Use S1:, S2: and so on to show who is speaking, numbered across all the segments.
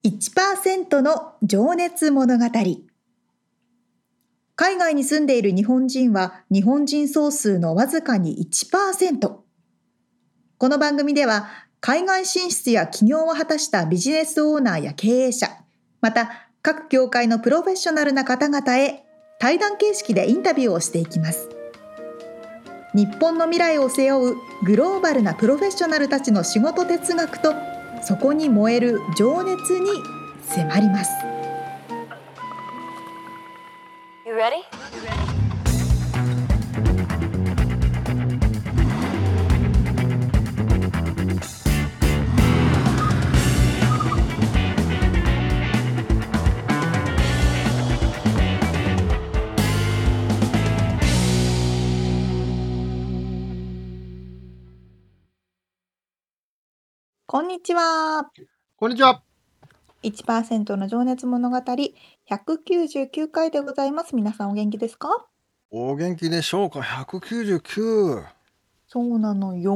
S1: 1% の情熱物語。海外に住んでいる日本人は日本人総数のわずかに 1%。この番組では海外進出や起業を果たしたビジネスオーナーや経営者、また各業界のプロフェッショナルな方々へ対談形式でインタビューをしていきます。日本の未来を背負うグローバルなプロフェッショナルたちの仕事哲学とそこに燃える情熱に迫ります。
S2: You ready?
S1: こんにちは。
S3: こんにちは。
S1: 1% の情熱物語199回でございます。皆さんお元気ですか？
S3: お元気でしょうか。199。
S1: そうなのよ。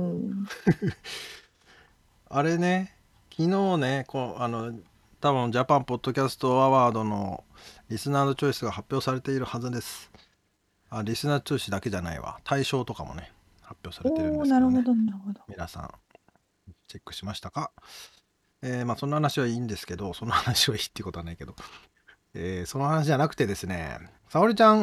S3: あれね、昨日ね、多分ジャパンポッドキャストアワードのリスナーのチョイスが発表されているはずです。リスナーチョイスだけじゃないわ。対象とかもね、発表されてるんですけどね。
S1: なるほど、なるほど。
S3: 皆さん、チェックしましたか？その話はいいんですけど、その話はいいっていうことはないけど、その話じゃなくてですね、沙織ちゃん、
S1: はい。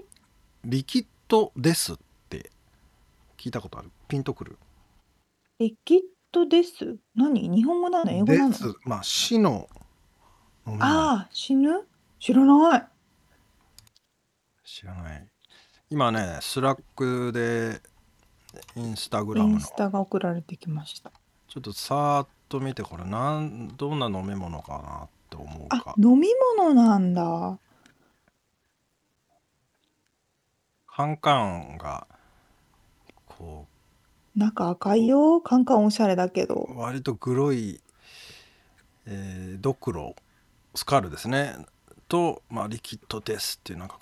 S3: リキッドですって聞いたことある？ピンとくる？
S1: リキッドです。何？日本語なの？英語なの？
S3: です。死の飲み物。
S1: 死ぬ？知らない。
S3: 知らない。今ね、スラックでインスタグラ
S1: イ
S3: ムの
S1: ンスタが送られてきました。
S3: ちょっとさーっと見て、これどんな飲み物かなって思うか。
S1: 飲み物なんだ。
S3: カンカンがこ
S1: 中赤いよ。カンカンおしゃれだけど。
S3: う割とグロい、ドクロスカルですねと、リキッドですっていうなんか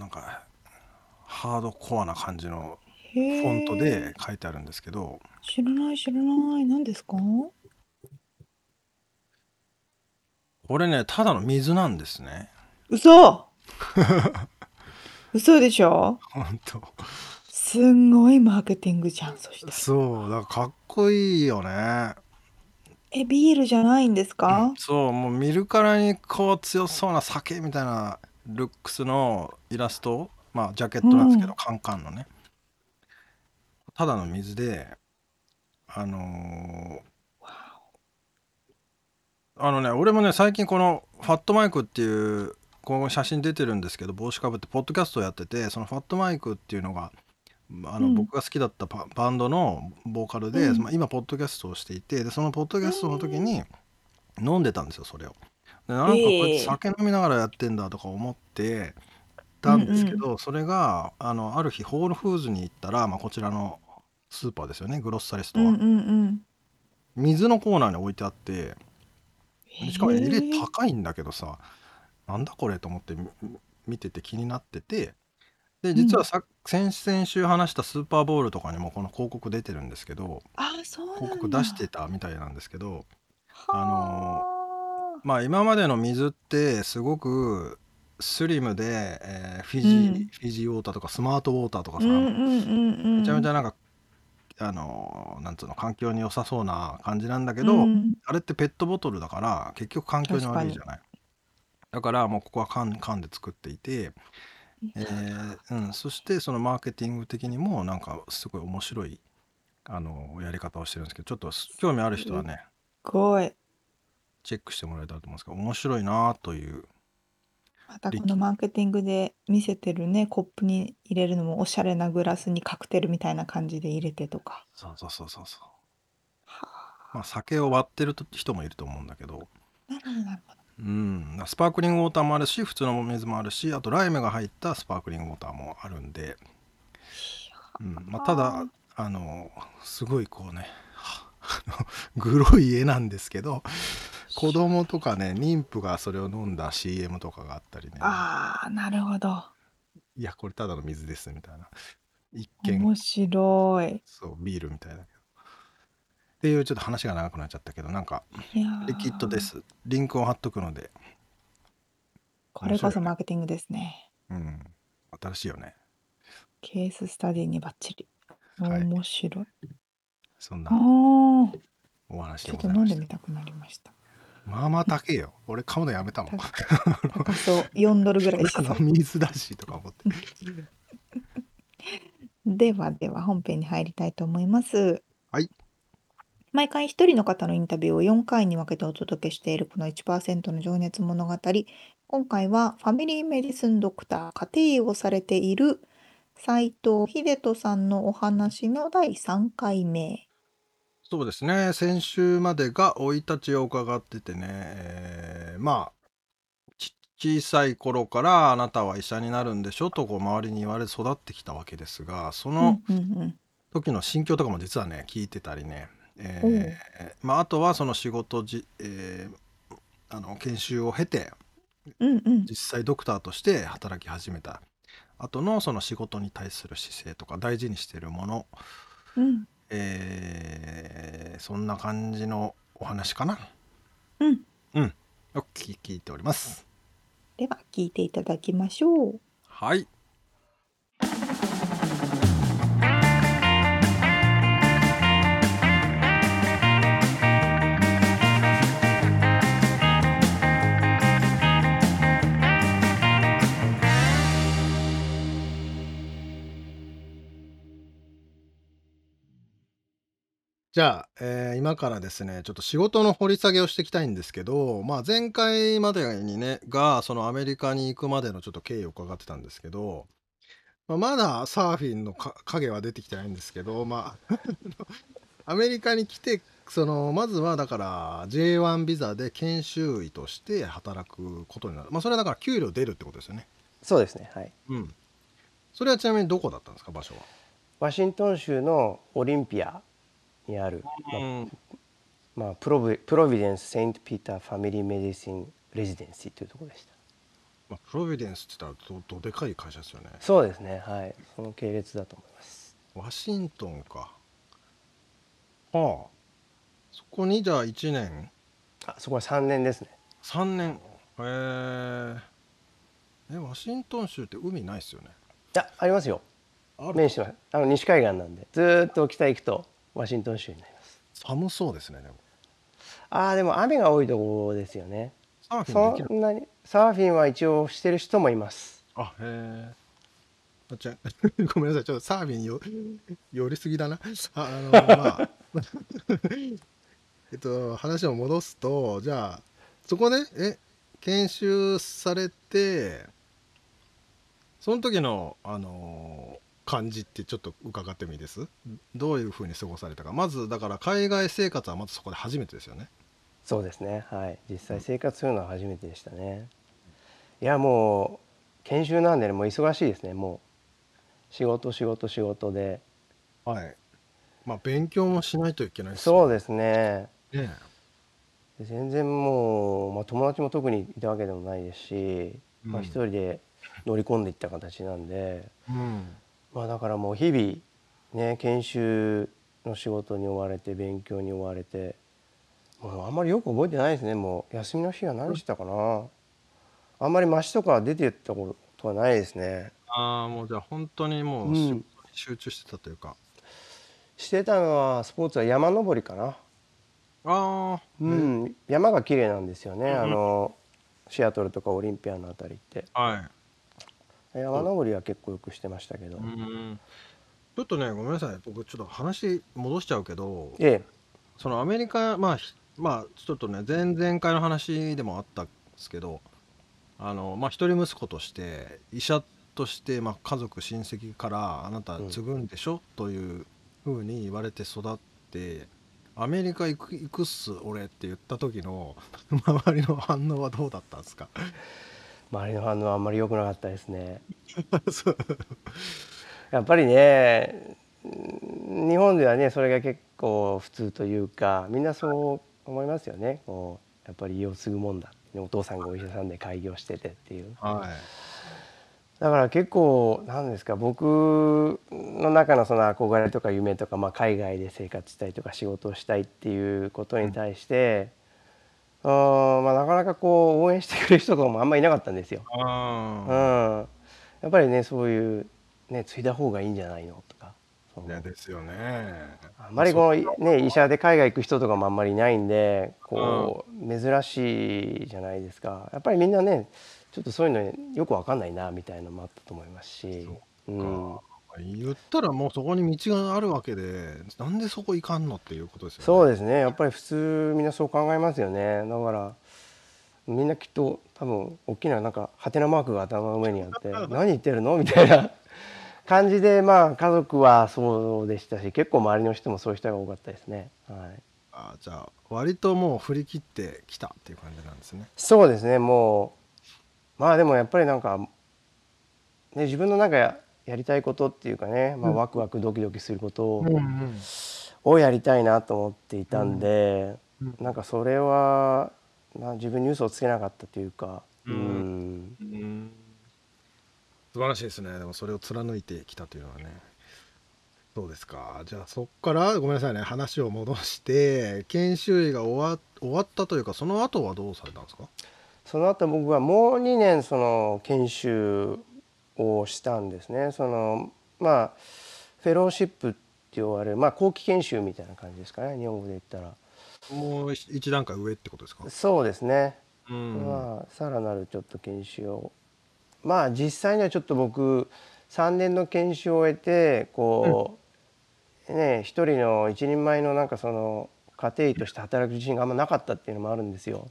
S3: ハードコアな感じのフォントで書いてあるんですけど、
S1: 知らない。何ですか？
S3: これね、ただの水なんですね。
S1: 嘘嘘でしょ？
S3: 本当。
S1: すんごいマーケティングじゃん。そしたら。
S3: そうだからかっこいいよね。
S1: ビールじゃないんですか？
S3: そう、もう見るからにこう強そうな酒みたいなルックスのイラスト、ジャケットなんですけど、カンカンのね、ただの水で、俺もね最近このファットマイクっていうこの写真出てるんですけど、帽子かぶってポッドキャストをやってて、そのファットマイクっていうのが僕が好きだったバンドのボーカルで、今ポッドキャストをしていて、でそのポッドキャストの時に飲んでたんですよ、それを。でなんかこうやって酒飲みながらやってんだとか思ってたんですけど、それがある日ホールフーズに行ったら、こちらのスーパーですよね、グロッサリストは、水のコーナーに置いてあって、しかも入れ高いんだけどさ、なんだこれと思って見てて気になってて、で実は先々週話したスーパーボールとかにもこの広告出てるんですけど、
S1: そうなんだ。
S3: 広告出してたみたいなんですけど、今までの水ってすごくスリムで、フィジーウォーターとかスマートウォーターとかさ、めちゃめちゃなんかなんつうの、環境に良さそうな感じなんだけど、あれってペットボトルだから結局環境に悪いじゃない。だからもうここは缶で作っていて、そしてそのマーケティング的にもなんかすごい面白いやり方をしてるんですけど、ちょっと興味ある人はね、
S1: すごい。
S3: チェックしてもらえたらと思うんですけど、面白いなという。
S1: またこのマーケティングで見せてるね、コップに入れるのもおしゃれなグラスにカクテルみたいな感じで入れてとか。
S3: そう。酒を割ってる人もいると思うんだけど、
S1: なるほど。
S3: スパークリングウォーターもあるし、普通の水もあるし、あとライムが入ったスパークリングウォーターもあるんで、ただすごいこうねグロい絵なんですけど、子供とかね、妊婦がそれを飲んだ CM とかがあったりね。
S1: なるほど。
S3: いやこれただの水ですみたいな、一見
S1: 面白い。
S3: そうビールみたいだけど、 ていうちょっと話が長くなっちゃったけど、なんか
S1: いや
S3: リキッドで
S1: ー、
S3: す。リンクを貼っとくので
S1: これこそ
S3: 面白いよね。
S1: マーケティングですね。
S3: 新しいよね。
S1: ケーススタディにバッチリ。
S3: はい。
S1: 面白い。
S3: そん
S1: あ
S3: な
S1: あ、
S3: お話で
S1: ちょっと飲ん
S3: ございました。
S1: でみたくなりました。
S3: まあまあ高えよ。俺買うのやめたもん。
S1: 高そう。$4ぐらいしそう。
S3: 水だしとか思って。
S1: ではでは本編に入りたいと思います。
S3: はい。
S1: 毎回一人の方のインタビューを4回に分けてお届けしているこの 1% の情熱物語。今回はファミリーメディスンドクター、家庭医をされている斉藤秀人さんのお話の第3回目。
S3: そうですね。先週までが生い立ちを伺っててね、まあ小さい頃からあなたは医者になるんでしょとこう周りに言われ育ってきたわけですが、その時の心境とかも実はね聞いてたりね、あとはその仕事研修を経て実際ドクターとして働き始めた後のその仕事に対する姿勢とか大事にしているもの、そんな感じのお話かな。よく聞いております。
S1: では聞いていただきましょう。
S3: はい。じゃあ、今からですね、ちょっと仕事の掘り下げをしていきたいんですけど、前回までにねそのアメリカに行くまでのちょっと経緯を伺ってたんですけど、まだサーフィンの影は出てきてないんですけど、アメリカに来て、まずはだから J1 ビザで研修医として働くことになる。それはだから給料出るってことですよね。
S4: そうですね、はい。
S3: それはちなみにどこだったんですか、場所は。
S4: ワシントン州のオリンピアにある、プロビデンス・セイント・ピーター・ファミリー・メディシン・レジデンシーというところでした。
S3: プロビデンスって言ったらどでかい会社ですよね。
S4: そうですね、はい。その系列だと思います。
S3: ワシントンか。はあ。そこにじゃあ1年。
S4: そこは3年ですね。
S3: 3年。ワシントン州って海ないっすよね。
S4: いや、ありますよ。面してます。西海岸なんで、ずっと北行くとワシントン州になります。
S3: 寒そうですね、でも。
S4: でも雨が多いところですよね。
S3: サーフィンできる？
S4: そんなにサーフィンは一応してる人もいます。
S3: ごめんなさい、ちょっとサーフィン寄りすぎだな。話を戻すと、じゃあそこね、研修されて、その時の感じってちょっと伺ってもいいです？どういうふうに過ごされたか。まずだから海外生活はまずそこで初めてですよね。
S4: そうですね、はい。実際生活するのは初めてでしたね。いや、もう研修なんでね、もう忙しいですね。もう仕事で、
S3: 勉強もしないといけないですよね。
S4: そうですね。全然もう、友達も特にいたわけでもないですし、一人で乗り込んでいった形なんで、だからもう日々ね、研修の仕事に追われて勉強に追われて、もうあんまりよく覚えてないですね。もう休みの日は何してたかな。あんまり街とか出てったことはないですね。
S3: もうじゃあ本当にもう仕事に集中してたというか。
S4: してたのはスポーツは山登りかな。山が綺麗なんですよね。シアトルとかオリンピアのあたりって。山登りは結構よくしてましたけど。
S3: ちょっとね、ごめんなさい。僕ちょっと話戻しちゃうけど、そのアメリカ、ちょっとね、前々回の話でもあったんですけど、一人息子として医者として、家族親戚からあなた継ぐんでしょ、というふうに言われて育って、アメリカ行くっす俺って言った時の周りの反応はどうだったんですか？
S4: 周りの反応はあんまり良くなかったですね。やっぱりね、日本ではねそれが結構普通というか、みんなそう思いますよね。やっぱり胃を継ぐもんだ。お父さんがお医者さんで開業しててっていう。 だから結構なんですか、僕の中のその憧れとか夢とか、まあ、海外で生活したいとか仕事をしたいっていうことに対して、まあ、なかなかこう応援してくれる人とかもあんまりいなかったんですよ。やっぱりね、そういうね、継いだ方がいいんじゃないのとか、
S3: ね、ですよね。
S4: あんまりこのね、医者で海外行く人とかもあんまりいないんで、こう珍しいじゃないですか。やっぱりみんなね、ちょっとそういうのよくわかんないなみたいなのもあったと思いますし、
S3: 言ったらもうそこに道があるわけで、なんでそこ行かんのっていうことですよね。
S4: そうですね。やっぱり普通みんなそう考えますよね。だからみんなきっと多分大きななんかハテナマークが頭の上にあって何言ってるのみたいな感じで、まあ家族はそうでしたし、結構周りの人もそういう人が多かったですね。
S3: じゃあ割ともう振り切ってきたっていう感じなんですね。
S4: そうですね。もうまあでもやっぱりなんかね、自分のなんかやりたいことっていうかね、まあ、ワクワクドキドキすることをやりたいなと思っていたんで、なんかそれは自分に嘘をつけなかったというか、
S3: 素晴らしいですね。でもそれを貫いてきたというのはね。そうですか。じゃあそっからごめんなさいね、話を戻して研修医が終わったというか、その後はどうされたんですか？
S4: その後僕はもう2年その研修をしたんですね。そのまあフェローシップって言われる、まあ、後期研修みたいな感じですかね、日本語で言ったら。
S3: もう一段階上ってことですか？
S4: そうですね。まあさらなるちょっと研修を、まあ実際にはちょっと僕3年の研修を終えてこう、ね、一人の一人前のなんかその家庭医として働く自信があんまなかったっていうのもあるんですよ。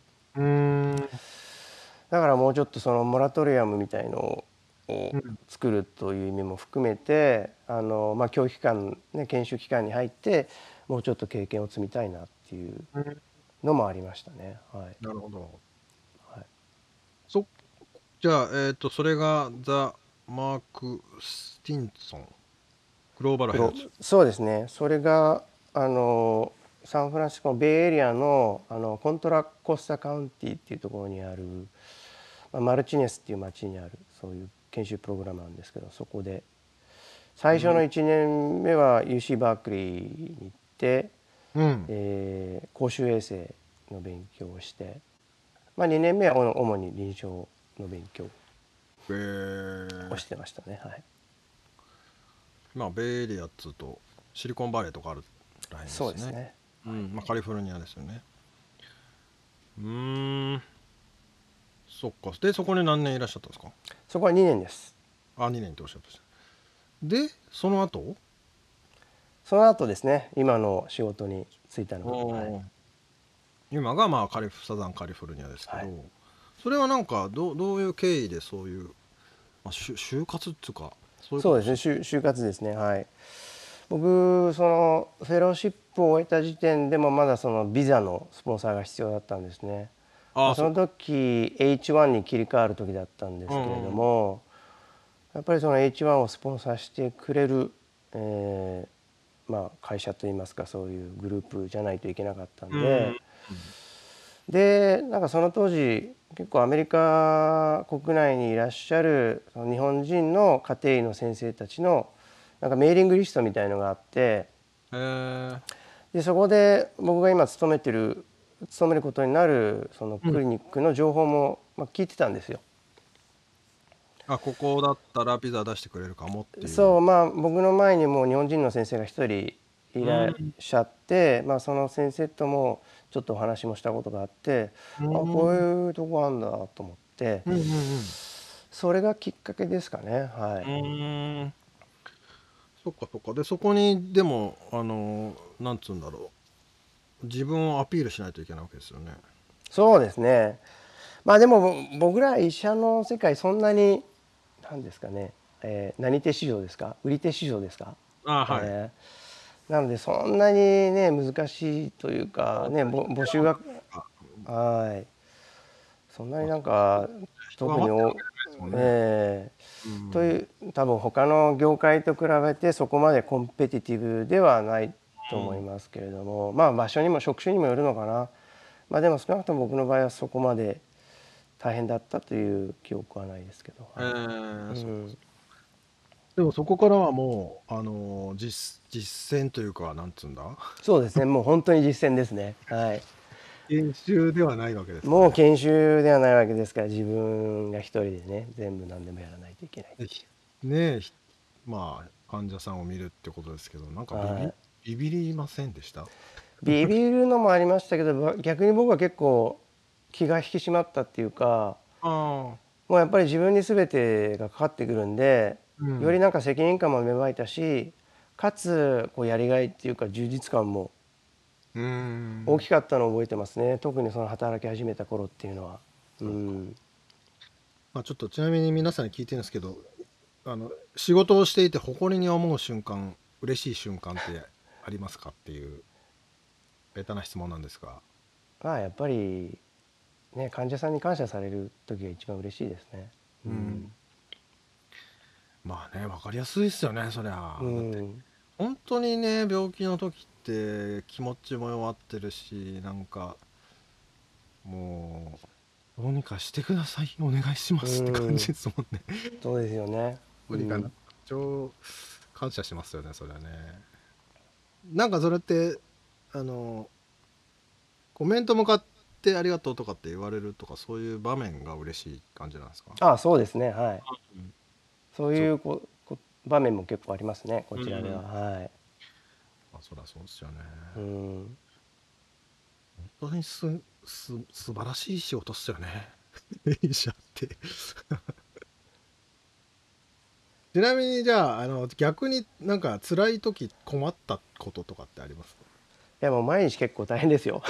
S4: だからもうちょっとそのモラトリアムみたいのを作るという意味も含めてまあ、教育機関、ね、研修機関に入ってもうちょっと経験を積みたいなっていうのもありましたね。
S3: なるほど。じゃあ、それがザ・マーク・スティンソングローバルヘルス。
S4: そうですね。それがサンフランシスコのベイエリアのコントラコスタカウンティっていうところにある、まあ、マルチネスっていう町にあるそういう研修プログラムなんですけど、そこで最初の1年目は UC バークリーに行って、公衆衛生の勉強をして、まあ、2年目は主に臨床の勉強をしてましたね。
S3: まあベイエリアっつうとシリコンバレーとかあるらへんですね。
S4: そうですね。
S3: まあカリフォルニアですよね。そっか。でそこに何年いらっしゃったんですか？
S4: そこは2年です。
S3: 2年っておっしゃってました。でその後
S4: ですね、今の仕事に就いたのが、
S3: 今がまあサザンカリフォルニアですけど、それはなんかどういう経緯でそういう、まあ、就活っていうか
S4: そうですね、就活ですね。僕そのフェローシップを終えた時点でもまだそのビザのスポンサーが必要だったんですね。その時 H1 に切り替わる時だったんですけれども、やっぱりその H1 をスポンサーしてくれる、まあ、会社といいますかそういうグループじゃないといけなかったんで、なんかその当時結構アメリカ国内にいらっしゃる日本人の家庭医の先生たちのなんかメーリングリストみたいのがあって、でそこで僕が今勤めることになるそのクリニックの情報も聞いてたんですよ。
S3: ここだったらビザ出してくれるかもっていう。
S4: そう、まあ僕の前にも日本人の先生が一人いらっしゃって、まあ、その先生ともちょっとお話もしたことがあって、こういうとこあんだと思って、それがきっかけですかね。
S3: そっか。でそこにでもなんつうんだろう、自分をアピールしないといけないわけですよね。
S4: そうですね。まあでも僕ら医者の世界そんなに何ですかね、何手市場ですか、売り手市場ですか。なのでそんなにね難しいというかね、募集がそんなになんか特にという多分他の業界と比べてそこまでコンペティティブではないと思いますけれども、まあ場所にも職種にもよるのかな。まあでも少なくとも僕の場合はそこまで大変だったという記憶はないですけど、はい。
S3: でもそこからはもう実践というか、なんつうんだ、
S4: そうですね、もう本当に実践ですね。はい。
S3: 研修ではないわけですか
S4: もう
S3: ね。
S4: 研修ではないわけですから、自分が一人でね、全部何でもやらないといけない。
S3: ねえ、まあ患者さんを見るってことですけど、なんか
S4: はい、
S3: ビビりませんでした？
S4: ビビるのもありましたけど、逆に僕は結構気が引き締まったっていうか、
S3: ああ、
S4: もうやっぱり自分に全てがかかってくるんで、よりなんか責任感も芽生えたし、かつこうやりがいっていうか充実感も大きかったのを覚えてますね。特にその働き始めた頃っていうのは。
S3: まあ、ちょっとちなみに皆さんに聞いてるんですけど、仕事をしていて誇りに思う瞬間、嬉しい瞬間ってありますかっていうベタな質問なんですが。
S4: やっぱりね、患者さんに感謝される時が一番嬉しいですね。
S3: まあね、分かりやすいですよね、そりゃ。だって本当にね、病気の時って気持ちも弱ってるし、なんかもうどうにかしてください、お願いしますって感じですもんね。
S4: そうですよね。
S3: 無理かな。超感謝しますよね、それはね。なんかそれってコメント向かってありがとうとかって言われるとか、そういう場面が嬉しい感じなんですか？
S4: そうですね、はい。そういう場面も結構ありますね、こちらでは。はい。
S3: そりゃそうですよね。
S4: 本
S3: 当に素晴らしい仕事っすよね。医者ってちなみにじゃあ、逆になんか辛い時困ったこととかってあります？
S4: いやもう毎日結構大変ですよ。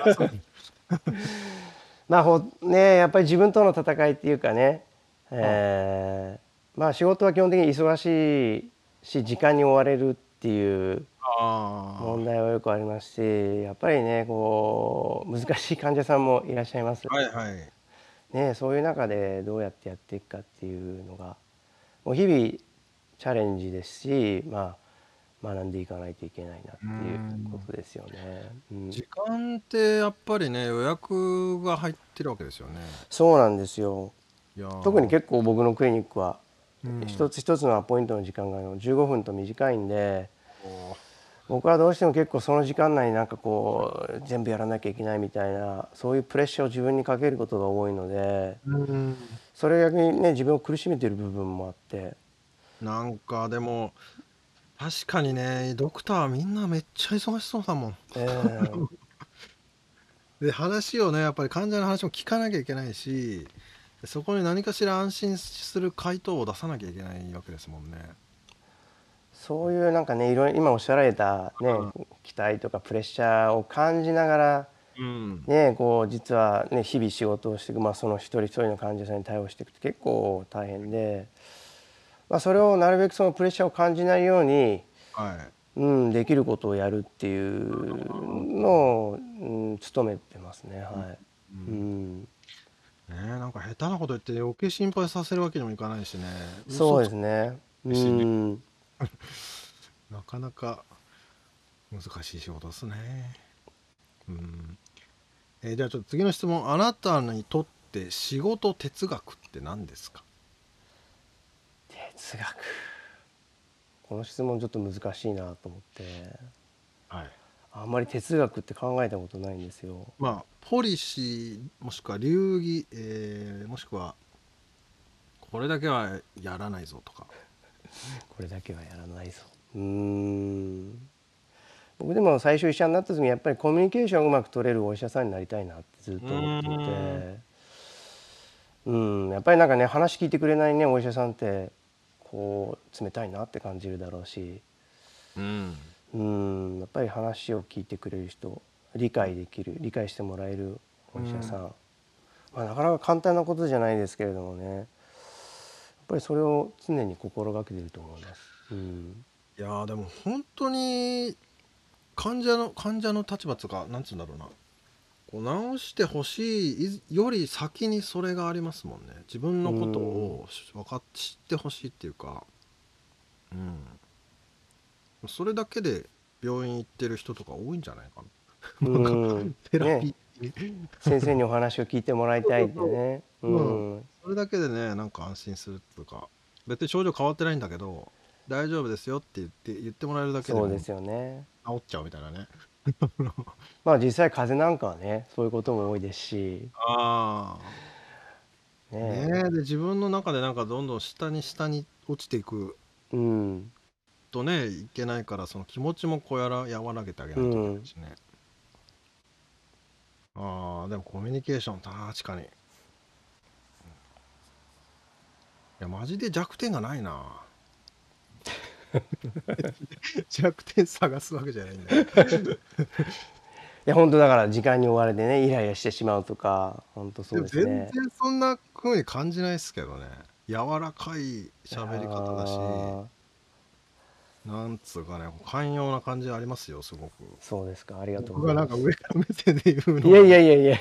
S4: まあね、やっぱり自分との戦いっていうかね、まあ仕事は基本的に忙しいし時間に追われるっていう問題はよくありますし、やっぱりねこう難しい患者さんもいらっしゃいます。ね、そういう中でどうやってやっていくかっていうのがもう日々チャレンジですし、まあ学んでいかないといけないなっていうことですよね。
S3: 時間ってやっぱりね、予約が入ってるわけですよね。
S4: そうなんですよ。特に結構僕のクリニックは一つ一つのアポイントの時間が15分と短いんで、僕はどうしても結構その時間内になんかこう全部やらなきゃいけないみたいな、そういうプレッシャーを自分にかけることが多いので、それ逆にね自分を苦しめている部分もあって、
S3: なんかでも確かにね、ドクターはみんなめっちゃ忙しそうだもん。で話をね、やっぱり患者の話も聞かなきゃいけないし、そこに何かしら安心する回答を出さなきゃいけないわけですもんね。
S4: そういうなんかね、いろいろ今おっしゃられたね、期待とかプレッシャーを感じながらね、こう実はね日々仕事をしていく、その一人一人の患者さんに対応していくって結構大変で、それをなるべくそのプレッシャーを感じないように、できることをやるっていうのを、努めてますね。はい。
S3: なんか下手なこと言って余計心配させるわけにもいかないしね。
S4: そうですね。
S3: なかなか難しい仕事ですね。じゃあちょっと次の質問。あなたにとって仕事哲学って何ですか？
S4: 哲学。この質問ちょっと難しいなと思って、あんまり哲学って考えたことないんですよ。
S3: ポリシーもしくは流儀、もしくはこれだけはやらないぞとか。
S4: これだけはやらないぞ。僕でも最初医者になった時にやっぱりコミュニケーションをうまく取れるお医者さんになりたいなってずっと思っていて、やっぱりなんかね話聞いてくれないねお医者さんってこう冷たいなって感じるだろうし、やっぱり話を聞いてくれる人、理解してもらえるお医者さん、なかなか簡単なことじゃないですけれどもね、やっぱりそれを常に心がけていると思います。
S3: いやでも本当に患者の立場とかなんつうんだろうな、こう直してほしいより先にそれがありますもんね。自分のことを知ってほしいっていうか、それだけで病院行ってる人とか多いんじゃないかな。なんかテラピー的
S4: 先生にお話を聞いてもらいたいってね。
S3: それだけでね、なんか安心するっていうか、別に症状変わってないんだけど、大丈夫ですよって言ってもらえるだけでも
S4: そうですよね。
S3: 治っちゃうみたいなね。
S4: まあ実際風邪なんかはね、そういうことも多いですし、
S3: ああ。
S4: ね
S3: ねえ、で、自分の中でなんかどんどん下に落ちていく
S4: え。うん。
S3: とね、いけないから、その気持ちも和らげてあげないといけないしね。ああ、でもコミュニケーション、確かに。いや、マジで弱点がないな。弱点探すわけじゃないんだよ。
S4: いや本当だから時間に追われてねイライラしてしまうとか本当そう
S3: でも全
S4: ですね。
S3: 然そんな風に感じないですけどね。柔らかい喋り方だし、なんつうかね、寛容な感じありますよ、すごく。
S4: そうですか、ありがとう
S3: 僕がなんか
S4: ございます。
S3: 上から目線で言うの
S4: いやい
S3: は。
S4: やいやいや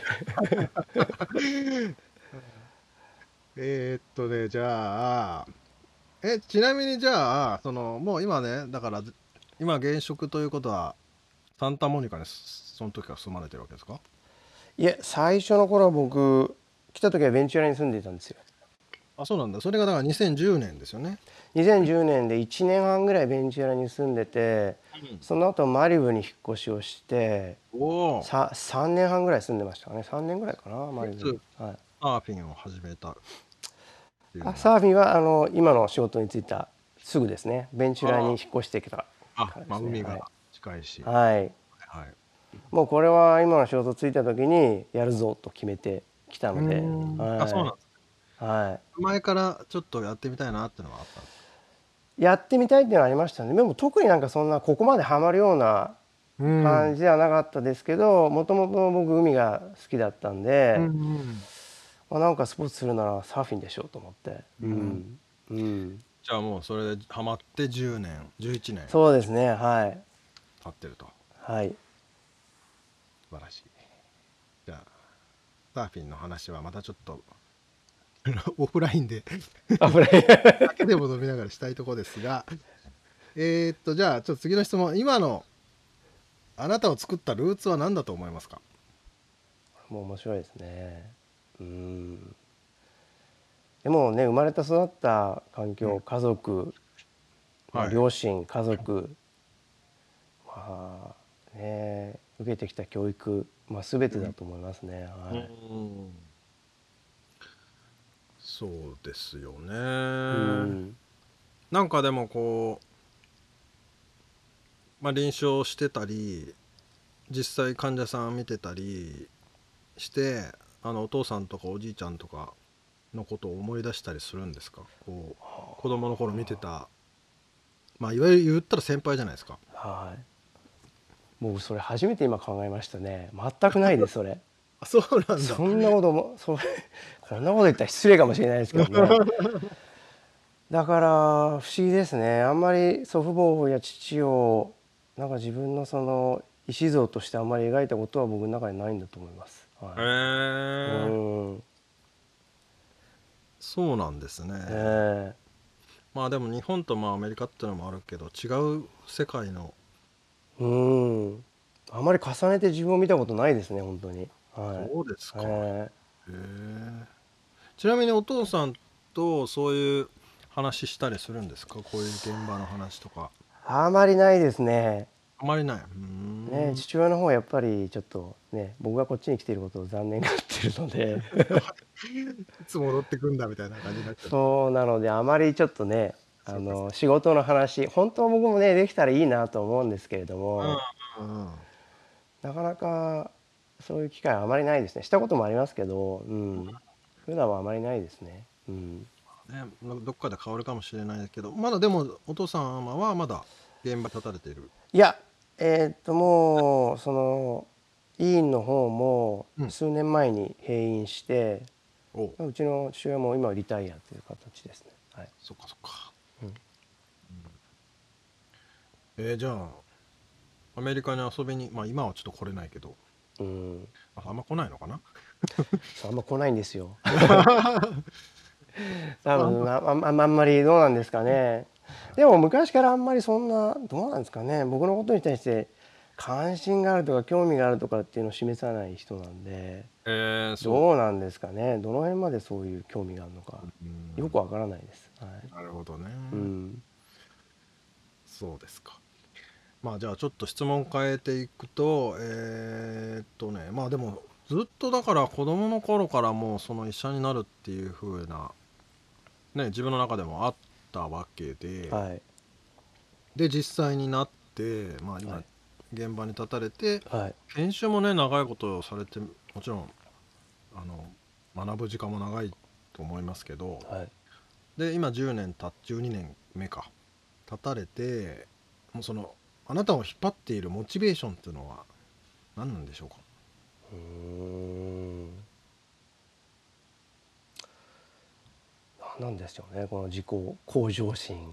S3: じゃあ、ちなみにじゃあ、もう今ね、だから、今現職ということは、サンタモニカにその時から住まれてるわけですか？
S4: いや最初の頃は僕来た時はベンチュラに住んでいたんですよ。
S3: あ、そうなんだ。それがだから2010年ですよね。
S4: 2010年で1年半ぐらいベンチュラに住んでて、その後マリブに引っ越しをして
S3: おお。
S4: 3年半ぐらい住んでましたかね。3年ぐらいかなマリブに。はい、
S3: サーフィンを始めたっていうのは。
S4: サーフィンは今の仕事に就いたすぐですね。ベンチュラに引っ越してきたからですね。
S3: 海が近いし。
S4: はい、
S3: はい。
S4: もうこれは今の仕事ついた時にやるぞと決めてきたので、
S3: あ、そうなんです。
S4: はい、
S3: 前からちょっとやってみたいなってのはあったんですか？
S4: やってみたいっていうのはありましたね。でも特になんかそんなここまでハマるような感じではなかったですけど、もともと僕海が好きだったんで、なんかスポーツするならサーフィンでしょうと思って、
S3: じゃあもうそれでハマって10年11年
S4: そうですね、はい、
S3: 経ってると。
S4: はい、
S3: 素晴らしい。じゃあサーフィンの話はまたちょっとオフラインで酒でも飲みながらしたいところですが、じゃあちょっと次の質問。今のあなたを作ったルーツは何だと思いますか？
S4: もう面白いですね。でもね、生まれた育った環境、家族、両親、家族、受けてきた教育、全てだと思いますね。はい、
S3: そうですよね。なんかでもこう、臨床してたり実際患者さん見てたりしてお父さんとかおじいちゃんとかのことを思い出したりするんですか？こう子供の頃見てた、いわゆる言ったら先輩じゃないですか。
S4: はい。僕それ初めて今考えましたね。全くないですそれ。
S3: あ、そうなんだ。
S4: そんなこともこんなこと言ったら失礼かもしれないですけどね。だから不思議ですね。あんまり祖父母や父をなんか自分のその石像としてあんまり描いたことは僕の中にないんだと思います。はい、
S3: そうなんですね。でも日本とアメリカっていうのもあるけど違う世界の。
S4: あまり重ねて自分を見たことないですね本当に。
S3: はい、そうですか。ちなみにお父さんとそういう話したりするんですか？こういう現場の話とか。
S4: あまりないですね。
S3: あまりない。
S4: ね、父親の方はやっぱりちょっとね、僕がこっちに来ていることを残念がってるので
S3: いつ戻ってくんだみたいな感じになっちゃう。
S4: そうなのであまりちょっとね、仕事の話本当は僕もねできたらいいなと思うんですけれども、なかなかそういう機会はあまりないですね。したこともありますけど、普段はあまりないですね。
S3: どっかで変わるかもしれないけど、まだでもお父様はまだ現場に立たれている。
S4: いやもうその委員の方も数年前に閉院して、うちの父親も今はリタイアという形ですね。はい、
S3: そっかそっか。じゃあアメリカに遊びに、今はちょっと来れないけど、あんま来ないのかな
S4: あんま来ないんですよ多分あんまりどうなんですかね。でも昔からあんまりそんなどうなんですかね、僕のことに対して関心があるとか興味があるとかっていうのを示さない人なんで、
S3: そう。
S4: どうなんですかね。どの辺までそういう興味があるのか
S3: うん
S4: よくわからないです。はい。
S3: なるほどね。
S4: うん
S3: そうですか。まあじゃあちょっと質問変えていくと、まあでもずっとだから子供の頃からもうその医者になるっていう風なね自分の中でもあったわけで、
S4: はい。
S3: で実際になってまあ今
S4: はい
S3: 現場に立たれて
S4: はい
S3: 研修もね長いことされてもちろん学ぶ時間も長いと思いますけど、
S4: はい
S3: で今12年目か経たれてもうあなたを引っ張っているモチベーションっていうのは何なんでしょうか？
S4: うーん何なんでしょうね、この自己向上心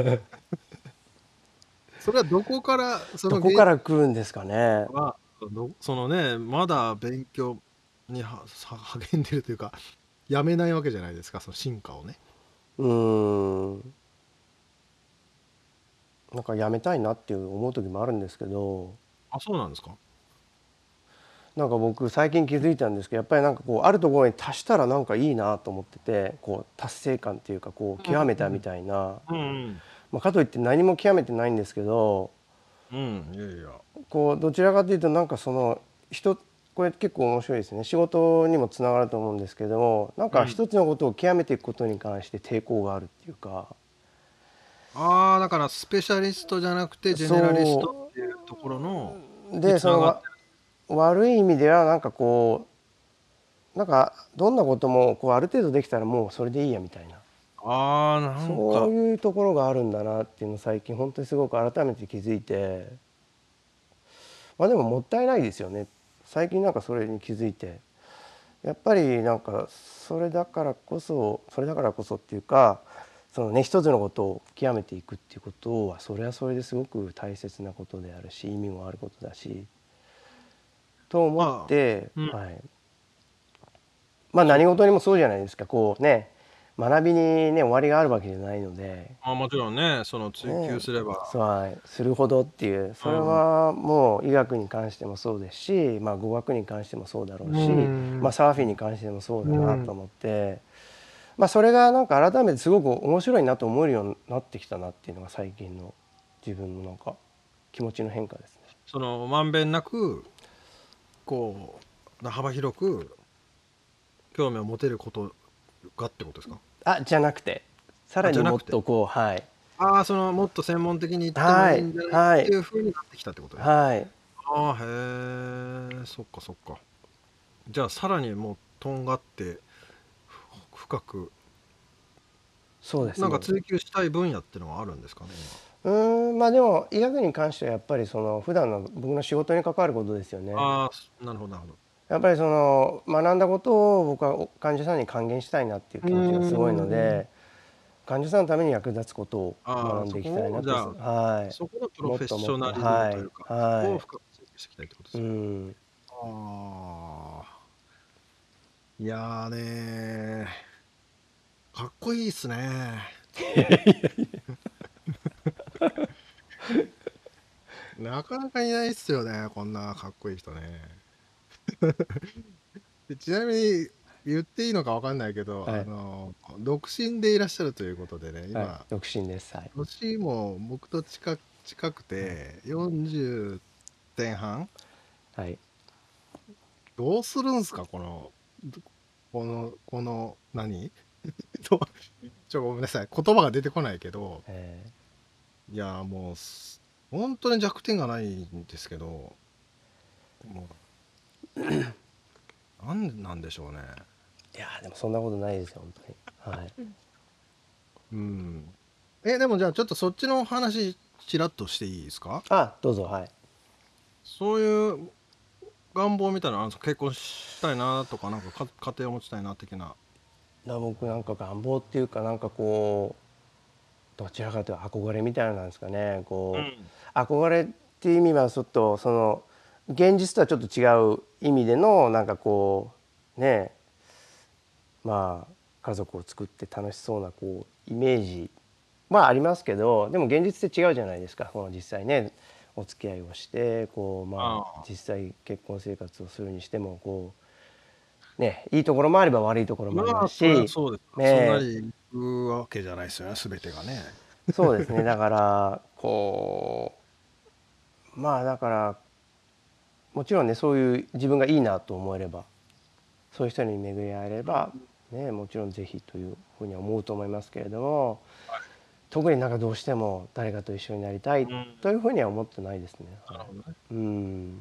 S3: それはどこから
S4: どこから来るんですかね。
S3: はねまだ勉強に励んでるというかやめないわけじゃないですか、その進化をね。
S4: うーんなんかやめたいなっていう思う時もあるんですけど、
S3: あ、そうなんですか。
S4: なんか僕最近気づいたんですけど、やっぱりなんかこうあるところに達したらなんかいいなと思ってて、こう達成感っていうかこう極めたみたいな、
S3: うん
S4: かといって何も極めてないんですけど、
S3: うん、いやいや。
S4: こうどちらかというとなんかこれ結構面白いですね。仕事にもつながると思うんですけども、なんか一つのことを極めていくことに関して抵抗があるっていうか、
S3: ああ、だからスペシャリストじゃなくてジェネラリストっていうところのに
S4: で
S3: つながって
S4: 悪い意味ではなんかこうなんかどんなこともこうある程度できたらもうそれでいいやみたいな、
S3: ああ、なんか
S4: そういうところがあるんだなっていうのを最近本当にすごく改めて気づいて、でももったいないですよね。最近なんかそれに気づいて、やっぱりなんかそれだからこそっていうか、そのね一つのことを極めていくっていうことはそれはそれですごく大切なことであるし、意味もあることだしと思っ
S3: まあ、
S4: て、
S3: うん、
S4: はい、何事にもそうじゃないですか。こうね学びにね終わりがあるわけじゃないので、
S3: もちろんね、追求すれば、
S4: はい、するほどっていう、それ
S3: うん
S4: はもう医学に関してもそうですし、語学に関してもそうだろうし、
S3: うん
S4: サーフィンに関してもそうだなと思って、それがなんか改めてすごく面白いなと思えるようになってきたなっていうのが最近の自分のなんか気持ちの変化ですね。
S3: まんべんなくこう幅広く興味を持てることがってことですか？
S4: じゃなくて、さらにもっ
S3: じゃなくて、
S4: とこう、はい、
S3: もっと専門的に言っても
S4: はい、
S3: いいんじゃない
S4: はい、
S3: っていう風になってきたってことね。
S4: はい、
S3: へえ、そっかそっか。じゃあさらにもうとんがって深く
S4: そうです。
S3: なんか追求したい分野っていうのはあるんですかね、
S4: でも医学に関してはやっぱりその普段の僕の仕事に関わることですよね。
S3: 今。なるほどなるほど。
S4: やっぱりその学んだことを僕は患者さんに還元したいなっていう気持ちがすごいので、患者さんのために役立つことを学んでいきたいなと、はい、
S3: そこのプロ
S4: もっ
S3: フェッシ
S4: ともっと、
S3: ョナリズム
S4: はい、
S3: というか、を
S4: は
S3: 深く追求していきたいってことで
S4: い、
S3: すよね。ああ、いやーねー、かっこいいっすね。なかなかいないっすよね、こんなかっこいい人ね。でちなみに言っていいのかわかんないけど、
S4: はい、
S3: 独身でいらっしゃるということでね、
S4: はい、
S3: 今、
S4: 独身です。はい、
S3: 年も僕と近くて、40前半
S4: はい、
S3: どうするんすか、何とごめんなさい。言葉が出てこないけど、いや、もう、本当に弱点がないんですけど、もなんでしょうね。
S4: いやでもそんなことないですよ本当に。はい、
S3: うん。でもじゃあちょっとそっちの話、ちらっとしていいですか？
S4: どうぞ。はい、
S3: そういう願望みたいなのあるんですか？結婚したいなとか、なんか家庭を持ちたいな的な。
S4: 僕なんか願望っていうかなんかこうどちらかというと憧れみたいなんですかね。こう憧れっていう意味はちょっとその現実とはちょっと違う意味でのなんかこうね、家族を作って楽しそうなこうイメージありますけど、でも現実って違うじゃないですか。実際ねお付き合いをして
S3: あ
S4: 実際結婚生活をするにしてもね、いいところもあれば悪いところもありま
S3: まあ、
S4: す
S3: それは
S4: し、
S3: そうです。すんな
S4: ね、
S3: りいくわけじゃないですよね、全てがね。
S4: そうですね。だからだからもちろんね、そういう自分がいいなと思えれば、そういう人に巡り合えればね、もちろんぜひというふうには思うと思いますけれども、特になんかどうしても誰かと一緒になりたい
S3: うん。
S4: というふうには思ってないですね。
S3: なるほどね。
S4: うん。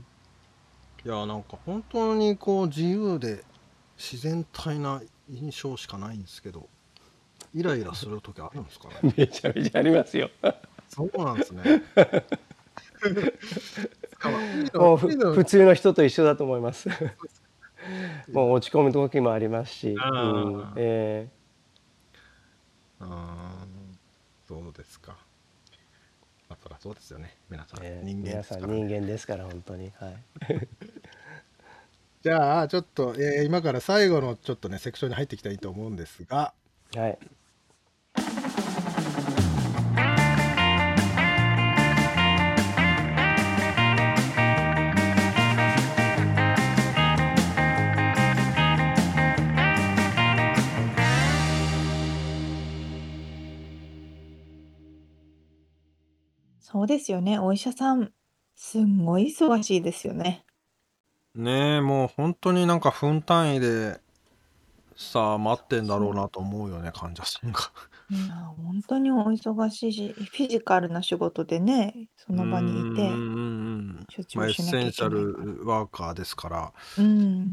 S3: いや、なんか本当にこう自由で自然体な印象しかないんですけど、イライラする時あるんですかね。
S4: めちゃめちゃありますよ。
S3: そうなんですね。しかも
S4: もう普通の人と一緒だと思います。
S3: そうです
S4: もう落ち込む時もありますし、
S3: ああ、そうですか。まあ、そりゃそうですよね。皆さん人間
S4: 皆さん
S3: ですからね。
S4: 人間ですから本当に。はい。
S3: じゃあちょっと、今から最後のちょっとねセクションに入っていきたいと思うんですが、
S4: はい。
S1: そうですよね。お医者さん、すんごい忙しいですよね。
S3: ねえ、もう本当になんか分単位でさあ待ってんだろう
S1: そ
S3: なと思うよね、患者さんが。
S1: う。いや、本当にお忙しいし、フィジカルな仕事でね、その場にいて処置
S3: まあ、エッ
S1: をしなきゃい
S3: センシャ
S1: けないから。
S3: ルワーカーですから、
S1: うん。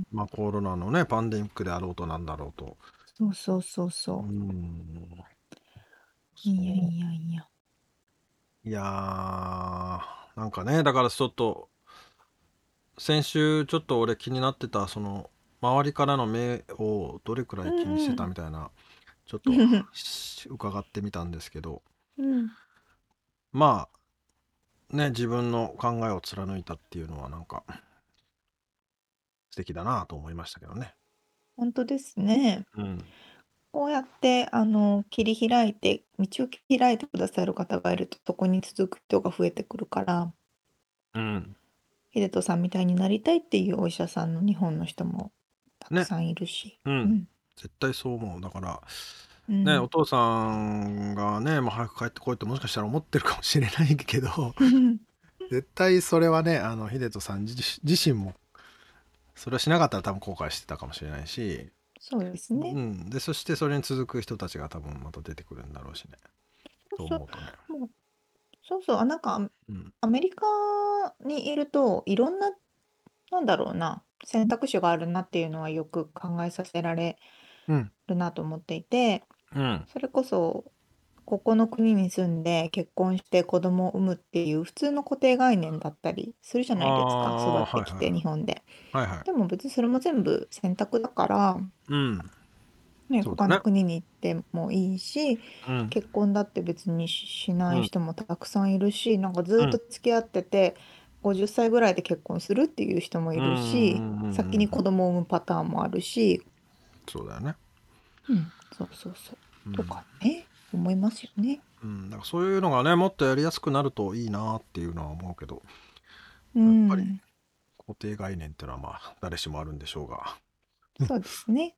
S3: まあ、コロナのね、パンデミックであろうとなんだろうと。
S1: そうそうそう
S3: う
S1: そ
S3: ん、
S1: う。いや
S3: そ
S1: いやいや。
S3: う。いやー、なんかね、だからちょっと、先週ちょっと俺気になってた、その、周りからの目をどれくら
S1: う
S3: い気にして
S1: んうん。
S3: たみたいな、ちょっと伺ってみたんですけど、
S1: うん。
S3: まあ、ね、自分の考えを貫いたっていうのはなんか素敵だなと思いましたけどね。
S1: 本当ですね。
S3: うん。
S1: こうやって、切り開いて道を切り開いてくださる方がいると、そこに続く人が増えてくるから、
S3: うん。
S1: 秀人さんみたいになりたいっていうお医者さんの日本の人もたく
S3: ね。
S1: さんいるし。
S3: うん。
S1: うん。
S3: 絶対そう思う。だから、ね、お
S1: うん。
S3: 父さんがね、もう早く帰ってこいってもしかしたら思ってるかもしれないけど、絶対それはね、秀人さん自身も、それをしなかったら多分後悔してたかもしれないし、
S1: そうですね。
S3: うん。で、そしてそれに続く人たちが多分また出てくるんだろうしね。と
S1: そうそう。
S3: 思うとね。
S1: もう、そうそう、なんか
S3: うん。
S1: アメリカにいると、いろんな、なんだろうな、選択肢があるなっていうのはよく考えさせられ
S3: うん。
S1: るなと思っていて、
S3: うん。
S1: それこそ、ここの国に住んで結婚して子供を産むっていう普通の固定概念だったりするじゃ
S3: あ
S1: ないですか、育
S3: あ、
S1: ってきて
S3: はいはいはい。
S1: 日本で。
S3: はいはい。
S1: でも別にそれも全部選択だから、
S3: うん。
S1: ね、他の
S3: そうだね。
S1: 国に行ってもいいし、
S3: うん。
S1: 結婚だって別にしない
S3: うん。
S1: 人もたくさんいるし、なんかずっと
S3: うん。
S1: 付き合ってて、50歳ぐらいで結婚するっていう人もい
S3: うん。うん。
S1: るし、
S3: うん。
S1: 先に子供を産むパターンもあるし、
S3: そうだよね。
S1: うん、そうそうそう。と
S3: うん。
S1: かね、思いますよね。
S3: うん。なんかそういうのがね、もっとやりやすくなるといいなっていうのは思うけど、
S1: う
S3: やっぱり
S1: ん、
S3: 固定概念っていうのはまあ誰しもあるんでしょうが。
S1: そうですね。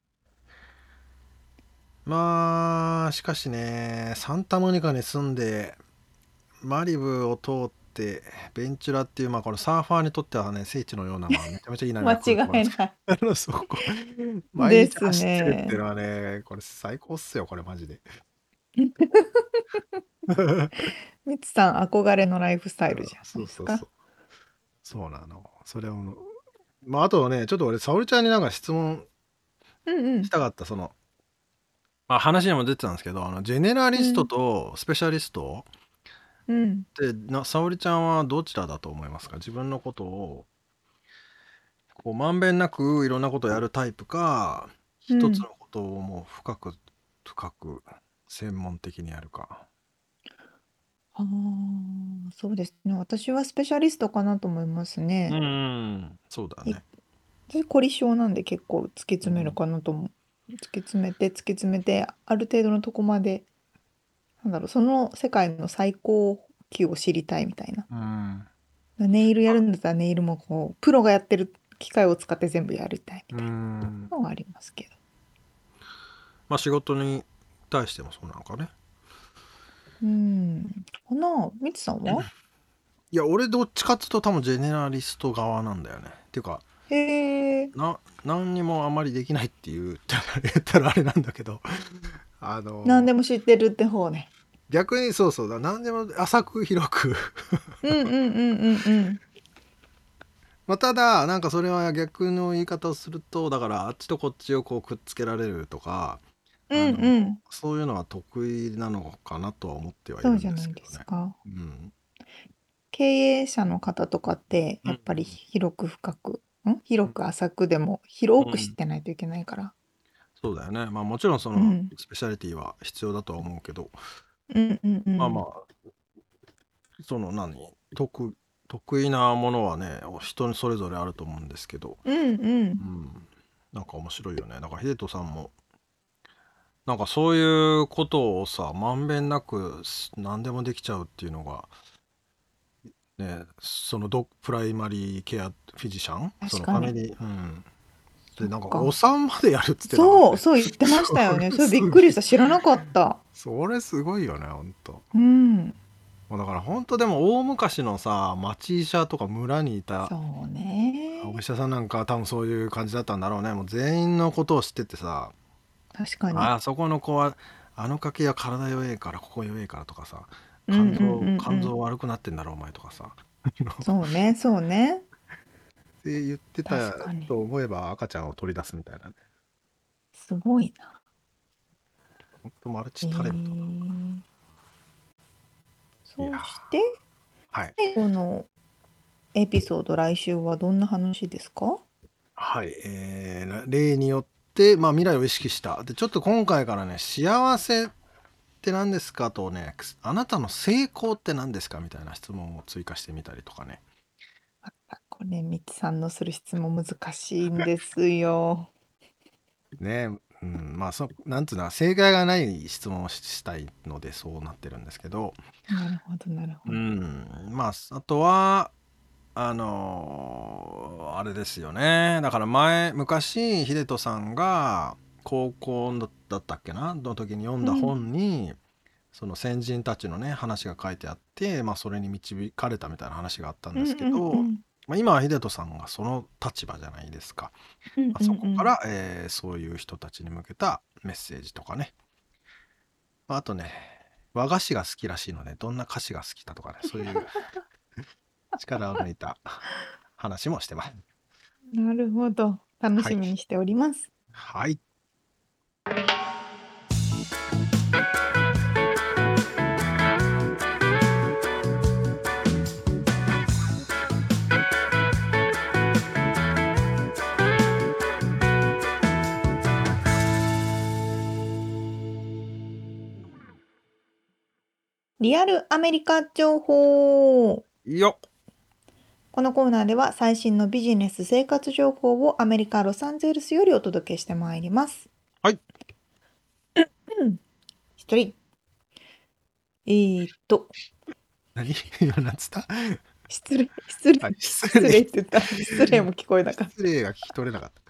S3: まあ、しかしね、サンタモニカに住んで、マリブを通って、ベンチュラっていう、まあこれサーファーにとってはね、聖地のような、まあめちゃめちゃいい波
S1: 間違
S3: が来るところなんですけ
S1: いない。
S3: ど、そこ、毎
S1: です
S3: 日走ってるっていう
S1: ね。
S3: のはね、これ最高っすよ、これマジで。
S1: みつさん憧れのライフスタイルじゃないですか。
S3: そうそうそう。そうなの。それを、まああとはね、ちょっと俺、沙織ちゃんになんか質問
S1: うんうん。
S3: したかった、まあ話にも出てたんですけど、ジェネラリスト
S1: うん。
S3: とスペシャリスト
S1: うん。
S3: って沙織ちゃんはどちらだと思いますか？自分のことをこうまんべんなくいろんなことをやるタイプか、一つ
S1: うん。
S3: のことをもう深く専門的にやるか。
S1: ああ、そうですね。私はスペシャリストかなと思います
S3: う
S1: ね。
S3: ん、そうだ
S1: い
S3: ね。
S1: で、凝り性なんで結構突き詰める
S3: うん、
S1: かなと思う。突き詰めて、突き詰めて、ある程度のとこまで、なんだろう、その世界の最高級を知りたいみたいな。
S3: うん、
S1: ネイルやるんだったらネイルもこうプロがやってる機械を使って全部やりたいみたいなのはありますけど。
S3: まあ仕事に対してもそうなのかね。
S1: かな。みつさんは？
S3: いや俺どっちかっていうと多分ジェネラリスト側なんだよね。っていうか
S1: へえ。
S3: 何にもあんまりできないって言ったらあれなんだけど
S1: 何でも知ってるって方ね。
S3: 逆にそうそうだ、何でも浅く広くまあただなんかそれは逆の言い方をすると、だからあっちとこっちをこうくっつけられるとか、そういうのは得意なのかなとは思ってはいるんですけどね。
S1: そうじゃないですか。
S3: うん、
S1: 経営者の方とかってやっぱり広く深く、広く浅くでも広く知ってないといけないから。
S3: そうだよね。まあもちろんそのスペシャリティは必要だとは思うけど、まあまあその得意なものはね人にそれぞれあると思うんですけど、なんか面白いよね。だから秀人さんもなんかそういうことをさまんべんなく何でもできちゃうっていうのがね、そのプライマリーケアフィジシャン、そのファミリー、でなんかお産までやるっつってたからね。
S1: そう言ってましたよね。それびっくりした。知らなかった。
S3: それすごいよねほんと。
S1: も
S3: うだから本当でも大昔のさ町医者とか村にいた
S1: そうね。
S3: お医者さんなんか多分そういう感じだったんだろうね。もう全員のことを知っててさ、
S1: 確かに。
S3: あそこの子はあの家系は体弱えからここ弱えからとかさ、肝臓悪くなってんだろお前とかさ
S1: そうねそうね
S3: って言ってたと思えば赤ちゃんを取り出すみたいなね。
S1: すごいな。
S3: 本当マルチタレントだ。
S1: そして
S3: はい
S1: 最後のエピソード、来週はどんな話ですか？
S3: はい、例によって、まあ、未来を意識したでちょっと今回からね幸せって何ですかとね、あなたの成功って何ですかみたいな質問を追加してみたりとかね。
S1: これみつさんのする質問難しいんですよ。
S3: ね、まあなんていうのは正解がない質問をしたいのでそうなってるんですけど、
S1: なるほどなるほど。
S3: まああとはあれですよね。だから昔秀人さんが高校だったっけなの時に読んだ本に、その先人たちのね話が書いてあって、まあそれに導かれたみたいな話があったんですけど、まあ、今は秀人さんがその立場じゃないですか。そこから、そういう人たちに向けたメッセージとかね、あとね和菓子が好きらしいのでどんな菓子が好きだとかね、そういう力を抜いた話もしてます。
S1: なるほど。楽しみにしております。
S3: はい。
S1: リアルアメリカ情報。
S3: よっ。
S1: このコーナーでは最新のビジネス生活情報をアメリカ・ロサンゼルスよりお届けしてまいります。
S3: はい。
S1: 一人。
S3: 何今なんつった？
S1: 失礼って言った。失礼も聞こえなかった。
S3: 失礼が聞き取れなかった。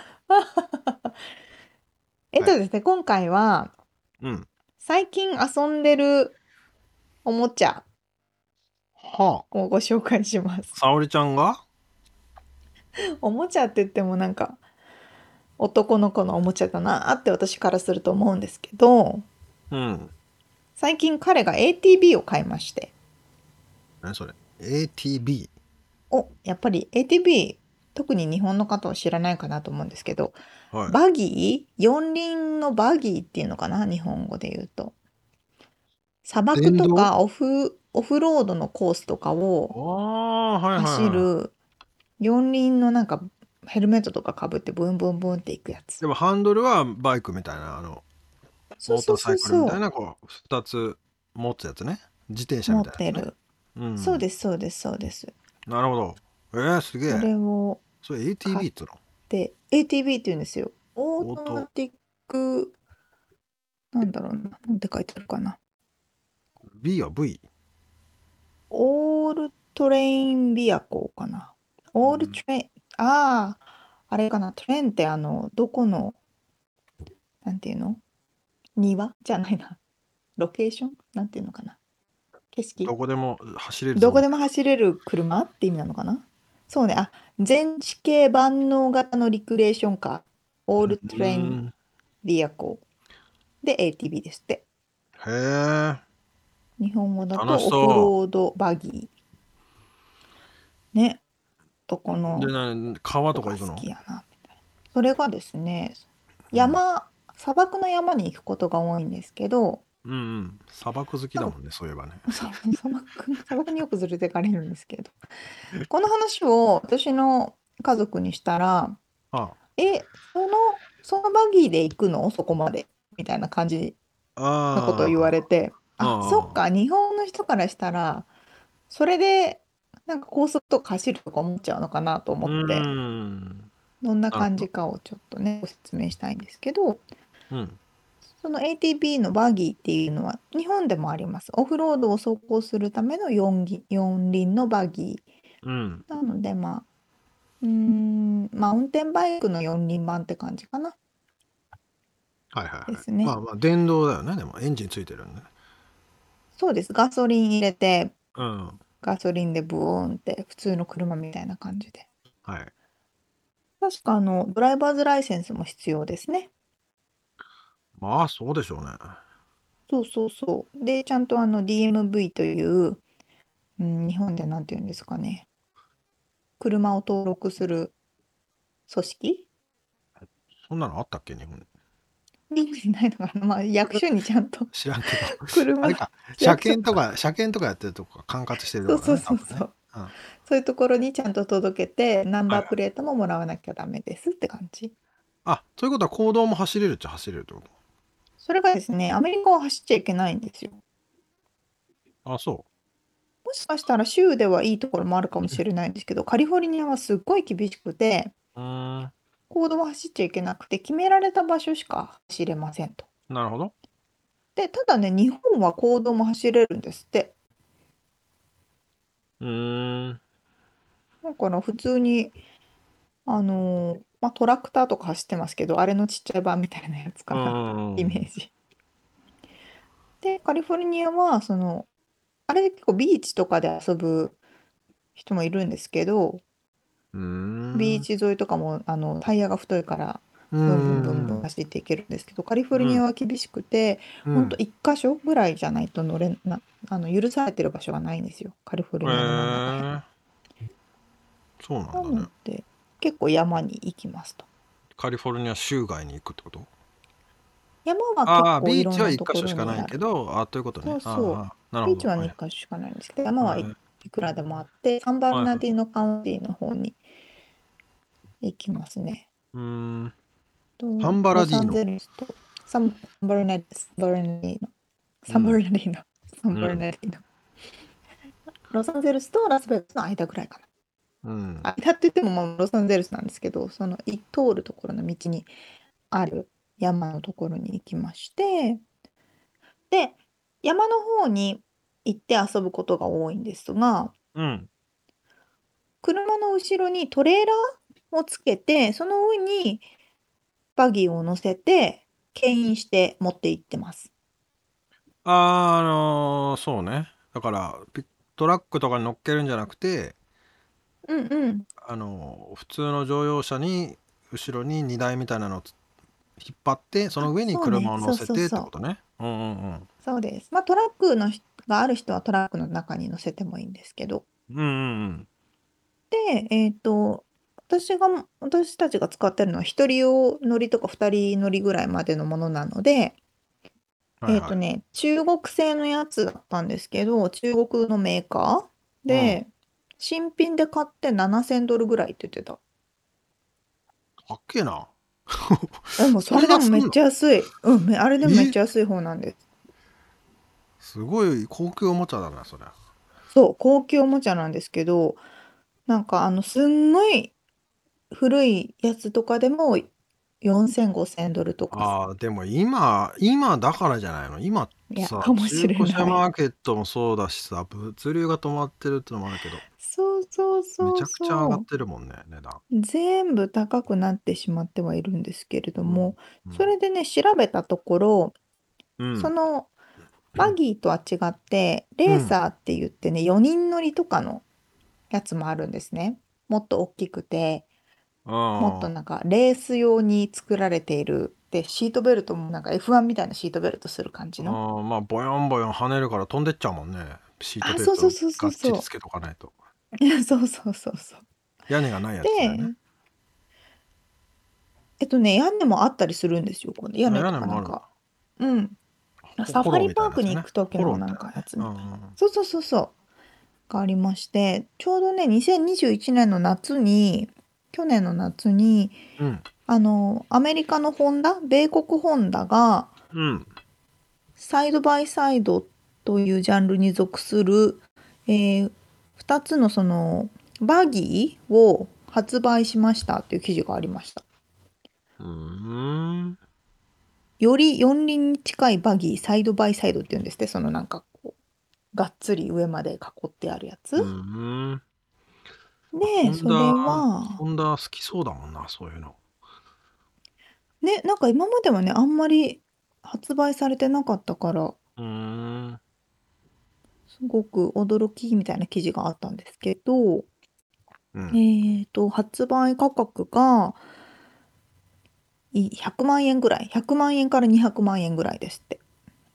S1: ですね、今回は、最近遊んでるおもちゃをご紹介します。
S3: 沙織ちゃんが？
S1: おもちゃって言ってもなんか男の子のおもちゃだなって私からすると思うんですけど、最近彼が ATB を買いまして。
S3: 何それ？ ATB？
S1: やっぱり ATB、特に日本の方は知らないかなと思うんですけど、バギー、四輪のバギーっていうのかな、日本語で言うと。砂漠とかオフロードのコースとかを走る四輪のなんかヘルメットとかかぶってブンブンブンっていくやつ。
S3: でもハンドルはバイクみたいなモーターサイクルみたいなこう2つ持つやつね。自転車みたいな、ね。持って
S1: る。そうですそうですそうです。
S3: なるほど。すげえ。
S1: それを
S3: それ ATB っての？
S1: で ATB って言うんですよ。オートマティックなんだろうな。なんて書いてあるかな。
S3: B は V？
S1: オールトレインビアコーかな。オールトレイン、あれかな。トレインってどこの、なんていうの、庭じゃないな。ロケーションなんていうのかな。景色
S3: どこでも走れる
S1: どこで
S3: ぞみたい
S1: も走れる車って意味なのかな。そうね。全地形万能型のリクレーションカー。オールト
S3: な。
S1: レインビアコーで ATV ですって。
S3: へえ、
S1: 日本語だと
S3: 楽し
S1: オフロ
S3: そ
S1: ードバギー。ね。とこ
S3: う。で、
S1: の
S3: 川
S1: 子が
S3: とか行くの？
S1: 好きやな。それがですね、砂漠の山に行くことが多いんですけど、
S3: うんうん。砂漠好き
S1: なんか、
S3: だもんね、そういえばね。
S1: 砂漠によく連れてかれるんですけど、この話を私の家族にしたら、
S3: あ
S1: そのバギーで行くのそこまでみたいな感じのことを言われて、そっ
S3: あ
S1: か、日本の人からしたら、それで、なんか高速とか走るとか思っちゃうのかなと思
S3: う
S1: って、
S3: ん。
S1: どんな
S3: なるほど。
S1: 感じかをちょっとね、ご説明したいんですけど、
S3: うん。
S1: その ATV のバギーっていうのは日本でもあります。オフロードを走行するための四輪のバギ
S3: うん。
S1: ー。なので、マウンテンバイクの四輪版って感じかな。
S3: はいはいはい。
S1: ですね。
S3: まあまあ、電動だよね。でも、エンジンついてるんでね。
S1: そうです。ガソリン入れて、
S3: うん。
S1: ガソリンでブーンって普通の車みたいな感じで。
S3: はい。
S1: 確かドライバーズライセンスも必要ですね。
S3: まあ、そうでしょうね。
S1: そうそうそう。で、ちゃんとDMV という、日本でなんて言うんですかね。車を登録する組織
S3: そんなのあったっけ、日本に。
S1: リンクにないのかな。役所にちゃんと
S3: 知らんけど。あ
S1: 車、
S3: れか、車
S1: 役所、
S3: 検とか、車検とかやってるとこが管轄してるとこだね、
S1: そうそうそ
S3: 多分ね。
S1: うそう。
S3: うん。
S1: そういうところにちゃんと届けて、ナン
S3: はい。
S1: バープレートももらわなきゃダメですって感じ。
S3: あ、そういうことは公道も走れるっちゃ走れるってこ
S1: それがですね、アメリカは走っちゃいけないんですよ。
S3: と？あ、そ
S1: もしかしたら州ではいいところもあるかもしれないんですけど、カリフォルニアはすっごい厳しくて、
S3: う。
S1: 公道は走っちゃいけなくて、決められた場所しか走れませんと。
S3: なるほど。
S1: で、ただね、日本は公道も走れるんですって。
S3: うーん。
S1: だから普通に、トラクターとか走ってますけど、あれのちっちゃい版みたいなやつ
S3: う
S1: かな、イメ
S3: ん。
S1: ージ。で、カリフォルニアは、あれ結構ビーチとかで遊ぶ人もいるんですけど、
S3: うーん。
S1: ビーチ沿いとかもタイヤが太いから
S3: うー
S1: ブンブンブンブン
S3: ん。
S1: 走っていけるんですけど、カリフォル
S3: うん。
S1: ニアは厳しくて、ほんと
S3: うん。
S1: 1箇所ぐらいじゃないと乗れな、許されてる場所がないんですよ。カリフォルニアの真ん中辺。
S3: そうな
S1: な
S3: んだね。
S1: ので、結構山に行きますと。
S3: カリフォルニア州外に行くってこと？
S1: 山は結
S3: ああ、
S1: 構い
S3: ビーチは一
S1: ろんなとこ
S3: 箇所しかない
S1: ろにある。
S3: けど、ということね。
S1: そうそう。
S3: なるほど。
S1: ビーチはね、
S3: はい。
S1: 1箇所しかないんですけど、山はい
S3: はい。
S1: いくらでもあって、サンバル
S3: はい。
S1: ナディーノカウンティの方に行きますね。
S3: うーん。
S1: と、
S3: サンバ
S1: ロサン
S3: ラディーノ。
S1: ゼルスとサンバ
S3: うん。
S1: ルナディーノ、サンバル
S3: うん。
S1: ナディーノ。ロサンゼルスとラスベガスの間ぐらいか
S3: うん。
S1: な。間って言ってもロサンゼルスなんですけど、通るところの道にある山のところに行きまして、で、山の方に行って遊ぶことが多いんですが、
S3: うん。
S1: 車の後ろにトレーラーをつけて、その上にバギーを乗せて、牽引して持って行ってます。
S3: そうね。だから、トラックとかに乗っけるんじゃなくて、
S1: うんうん。
S3: 普通の乗用車に、後ろに荷台みたいなのを引っ張って、その上に
S1: そうね。
S3: 車を乗
S1: そう
S3: せてっ
S1: そうそう。
S3: てことね。うんうんうん。
S1: そうです。トラックがある人はトラックの中に乗せてもいいんですけど。
S3: うんうんうん。
S1: で、私たちが使ってるのは一人用乗りとか二人乗りぐらいまでのものなので、
S3: はいはい。
S1: 中国製のやつだったんですけど、中国のメーカー
S3: うん。
S1: で、新品で買って$7000ぐらいって言ってた。
S3: かっけえな。
S1: でも、そ
S3: そ
S1: れ
S3: んなすんの？
S1: でもめっちゃ安い。うん、あれでもめっ
S3: え、
S1: ちゃ安い方なんです。
S3: すごい高級おもちゃだな、それ。
S1: そう、高級おもちゃなんですけど、なんかすんごい古いやつとかでも 4000、5000ドルとかさ。
S3: ああ、でも今だからじゃないの。今
S1: いや、
S3: さ、
S1: かもし
S3: 中
S1: れ
S3: 古車マー
S1: ない。
S3: ケットもそうだしさ、物流が止まってるってのもあるけど、
S1: そうそう
S3: め
S1: そう
S3: ちゃくちゃ上がっ
S1: そ
S3: てるもんね、値段。
S1: う。全部高くなってしまってはいるんですけれど
S3: うん。
S1: も、
S3: うん。
S1: それでね、調べたところ、
S3: うん。
S1: そのバギーとは違って、
S3: うん。
S1: レーサーって言ってね、4人乗りとかのやつもあるんですね。もっと大きくて、もっと
S3: あ
S1: なんかレース用に作られている。で、シートベルトもなんか F1 みたいなシートベルトする感じの。
S3: あ、まあ、ボヨンボヨン跳ねるから飛んでっちゃうもんね。シート
S1: あ、
S3: ベルト
S1: そうそうそうそ
S3: がっちり
S1: うそ
S3: つけとかないと。
S1: う。いや、そうそうそうそう。
S3: 屋根がないやつだよね。
S1: で、屋根もあったりするんですよ。この屋根と
S3: 屋根もあるんだ。
S1: かなんか、うん。サファリ
S3: ホロみた
S1: パークに行
S3: いなやつね。ホ
S1: く時のな
S3: ロみたいなね。
S1: んかやつみたいな。
S3: うん。
S1: そうそうそうそう。がありまして、ちょうどね、2021年の夏に、去年の夏に、
S3: うん。
S1: アメリカのホンダ、米国ホンダが、
S3: うん。
S1: サイドバイサイドというジャンルに属する、2つのそのバギーを発売しましたという記事がありました。
S3: うーん。
S1: より四輪に近いバギー、サイドバイサイドっていうんですって、そのなんかこう、がっつり上まで囲ってあるや
S3: う
S1: つ。
S3: ーん。ホ
S1: で、
S3: ンダ、
S1: それは、
S3: ホンダ好きそうだもんな、そういうの。
S1: ね、なんか今まではね、あんまり発売されてなかったから、
S3: うーん。
S1: すごく驚きみたいな記事があったんですけど、
S3: うん。
S1: 発売価格が100万円ぐらい、100万円から200万円ぐらいですって。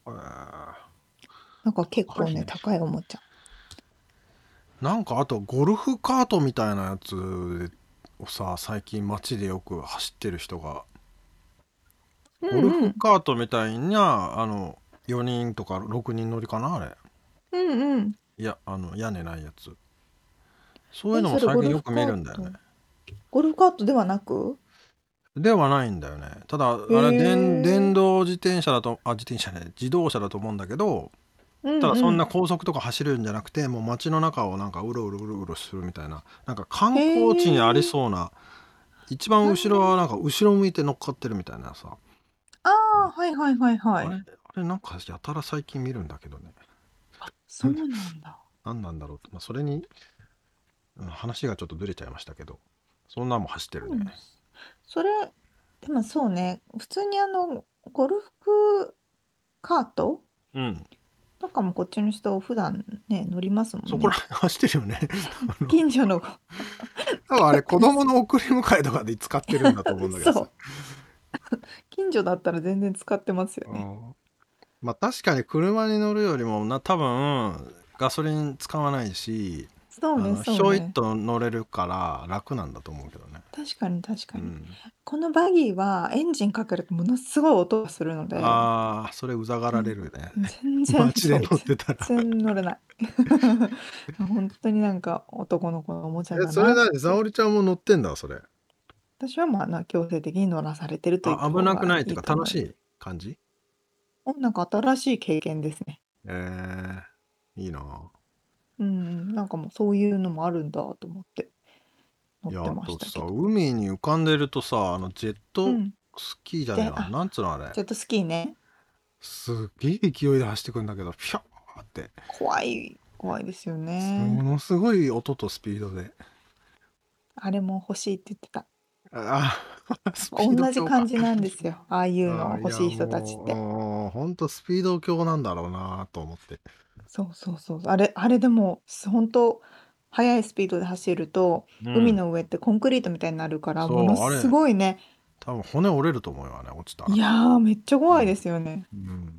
S1: なんか結構ね、
S3: 高いね。
S1: 高いおもちゃ。
S3: なんかあとゴルフカートみたいなやつをさ、最近街でよく走ってる人が、
S1: う
S3: ゴルフ
S1: んうん。
S3: カートみたいな、4人とか6人乗りかな、あれ。
S1: うんうん。
S3: いや、屋根ないやつ。そういうのも
S1: それ
S3: 最近よく見るんだよね。
S1: ゴルフカートではなく
S3: ではないんだよね。ただ、あ
S1: へ
S3: れ、
S1: え。
S3: 電動自転車だと、自転車ね、自動車だと思うんだけど、
S1: うん
S3: ただそんな
S1: うん。
S3: 高速とか走るんじゃなくて、もう街の中をなんかうろうろうろうろするみたいな、なんか観光地にあり
S1: へえ。
S3: そうな、一番後ろはなんか後ろ向いて乗っかってるみたいなさ。
S1: ああ、はいはいはいはい。
S3: あれなんかやたら最近見るんだけどね。
S1: そうなんだ。
S3: 何なんだろうと。まあ、それに、話がちょっとずれちゃいましたけど、そんなんも走ってるね。
S1: うん。それ、でもそうね、普通にゴルフカート
S3: うん。
S1: とかもこっちの人普段ね、乗りますもんね。
S3: そこら辺走ってるよね。
S1: 近所の
S3: 多分あれ子供の送り迎えとかで使ってるんだと思うんだけどさ。
S1: そう。近所だったら全然使ってますよね。
S3: まあ確かに車に乗るよりも多分ガソリン使わないし、
S1: そうね、
S3: ひょいっ
S1: そうね。
S3: と乗れるから楽なんだと思うけどね。
S1: 確かに確かに。
S3: うん。
S1: このバギーはエンジンかけるとものすごい音がするので、
S3: ああ、それうざがられるね。
S1: 全然、
S3: 街で乗ってたら。
S1: 全然乗れない。本当になんか男の子のおもちゃだ
S3: それ
S1: なっ
S3: 何沙
S1: て。
S3: 織ちゃんも乗ってんだ、それ。
S1: 私はまあ強制的に乗らされてると言った
S3: 危
S1: 方がい
S3: なくないっていう
S1: いと思います。
S3: か楽しい感じ？
S1: なんか新しい経験ですね。
S3: いいな。
S1: なんかもうそういうのもあるんだと思って乗
S3: いや、
S1: って
S3: あとさ、
S1: ましたけど。
S3: 海に浮かんでるとさ、ジェット
S1: うん。
S3: スキーじゃねえな。
S1: あ、
S3: なんつうのあれ。
S1: ジェットスキーね。
S3: すっげえ勢いで走ってくんだけど、ピャーって。
S1: 怖い、怖いですよ
S3: も
S1: ね。
S3: のすごい音とスピードで。
S1: あれも欲しいって言ってた。
S3: あ、スピード
S1: 同じ
S3: 強か。
S1: 感じなんですよ。ああいうの
S3: いや、
S1: 欲しい人たちって。
S3: もう、ほんとスピード強なんだろうなと思って。
S1: そうそうそう。あれでも、本当速いスピードで走ると、海
S3: うん。
S1: の上ってコンクリートみたいになるから、もの
S3: そう、あ
S1: す
S3: れ、
S1: ごいね。
S3: 多分骨折れると思うよね、落ちたら。
S1: いやー、めっちゃ怖いで
S3: うん。
S1: すよね。
S3: うん。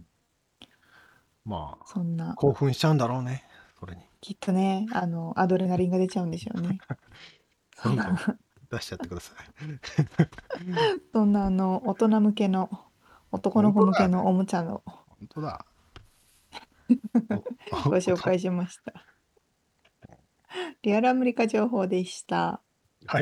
S3: まあ、
S1: そんな、
S3: 興奮しちゃうんだろうね、それに。
S1: きっとね、アドレナリンが出ちゃうんでしょうね。そ
S3: どんどん
S1: んな、
S3: 出しちゃってください。
S1: そんな大人向けの、男の
S3: 本
S1: 子向けの
S3: 当だよね。
S1: おもちゃの
S3: 本当だ。
S1: ご紹介しました。リアルアメリカ情報でした。
S3: はい。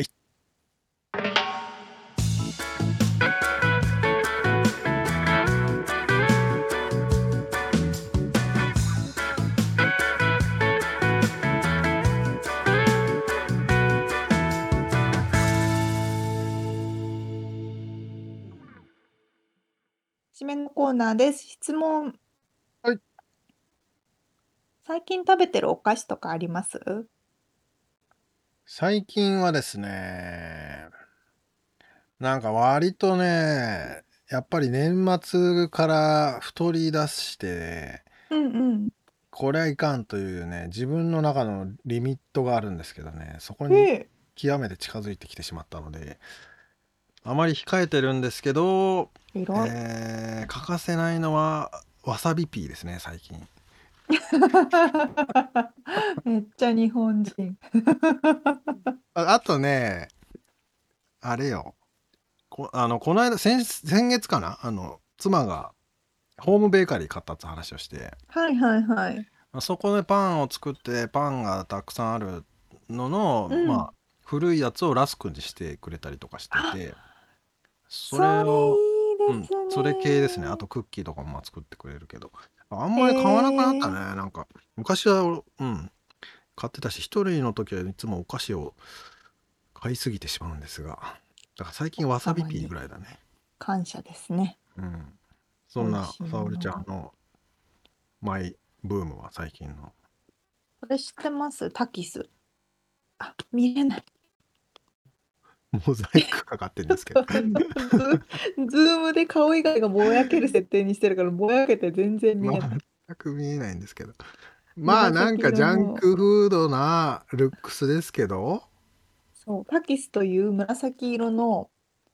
S1: 締めのコーナーです。質問。
S3: はい。
S1: 最近食べてるお菓子とかあります？
S3: 最近はですね、なんか割とね、やっぱり年末から太り出して
S1: うんうん。
S3: これはいかんというね、自分の中のリミットがあるんですけどね、そこに
S1: え
S3: 極めて近づいてきてしまったので、あまり控えてるんですけど、
S1: え、偉い。
S3: 欠かせないのはわさびピーですね、最近。
S1: めっちゃ日本人。
S3: あとね、あれよ、この間、先月かな、妻がホームベーカリー買ったって話をして、
S1: はいはいはい。
S3: そこでパンを作って、パンがたくさんあるのの、
S1: うん。
S3: まあ、古いやつをラスクにしてくれたりとかして
S1: あ、
S3: て、そ
S1: それ
S3: れを、
S1: いいです
S3: それ系ですね。あ
S1: ね。
S3: とクッキーとかもまあ作ってくれるけど、あん
S1: へ
S3: まり買わなくなったね。
S1: え。
S3: なんか、昔は、買ってたし、一人の時はいつもお菓子を買いすぎてしまうんですが、だから最近わ
S1: 奥
S3: さびピー
S1: 様に
S3: ぐらいだね。
S1: 感謝ですね。
S3: そんな
S1: 美味しい
S3: 沙織
S1: ものが。
S3: ちゃんのマイブームは最近の。
S1: これ知ってます？タキス。あ、見れない。
S3: モザイクかかってるんですけど。
S1: ズームで顔以外がぼやける設定にしてるからぼやけて全然見えない。
S3: 全く見えないんですけど。まあなん
S1: 紫
S3: かジャン
S1: 色の、
S3: クフードなルックスですけど、
S1: そう、タキスという紫色の、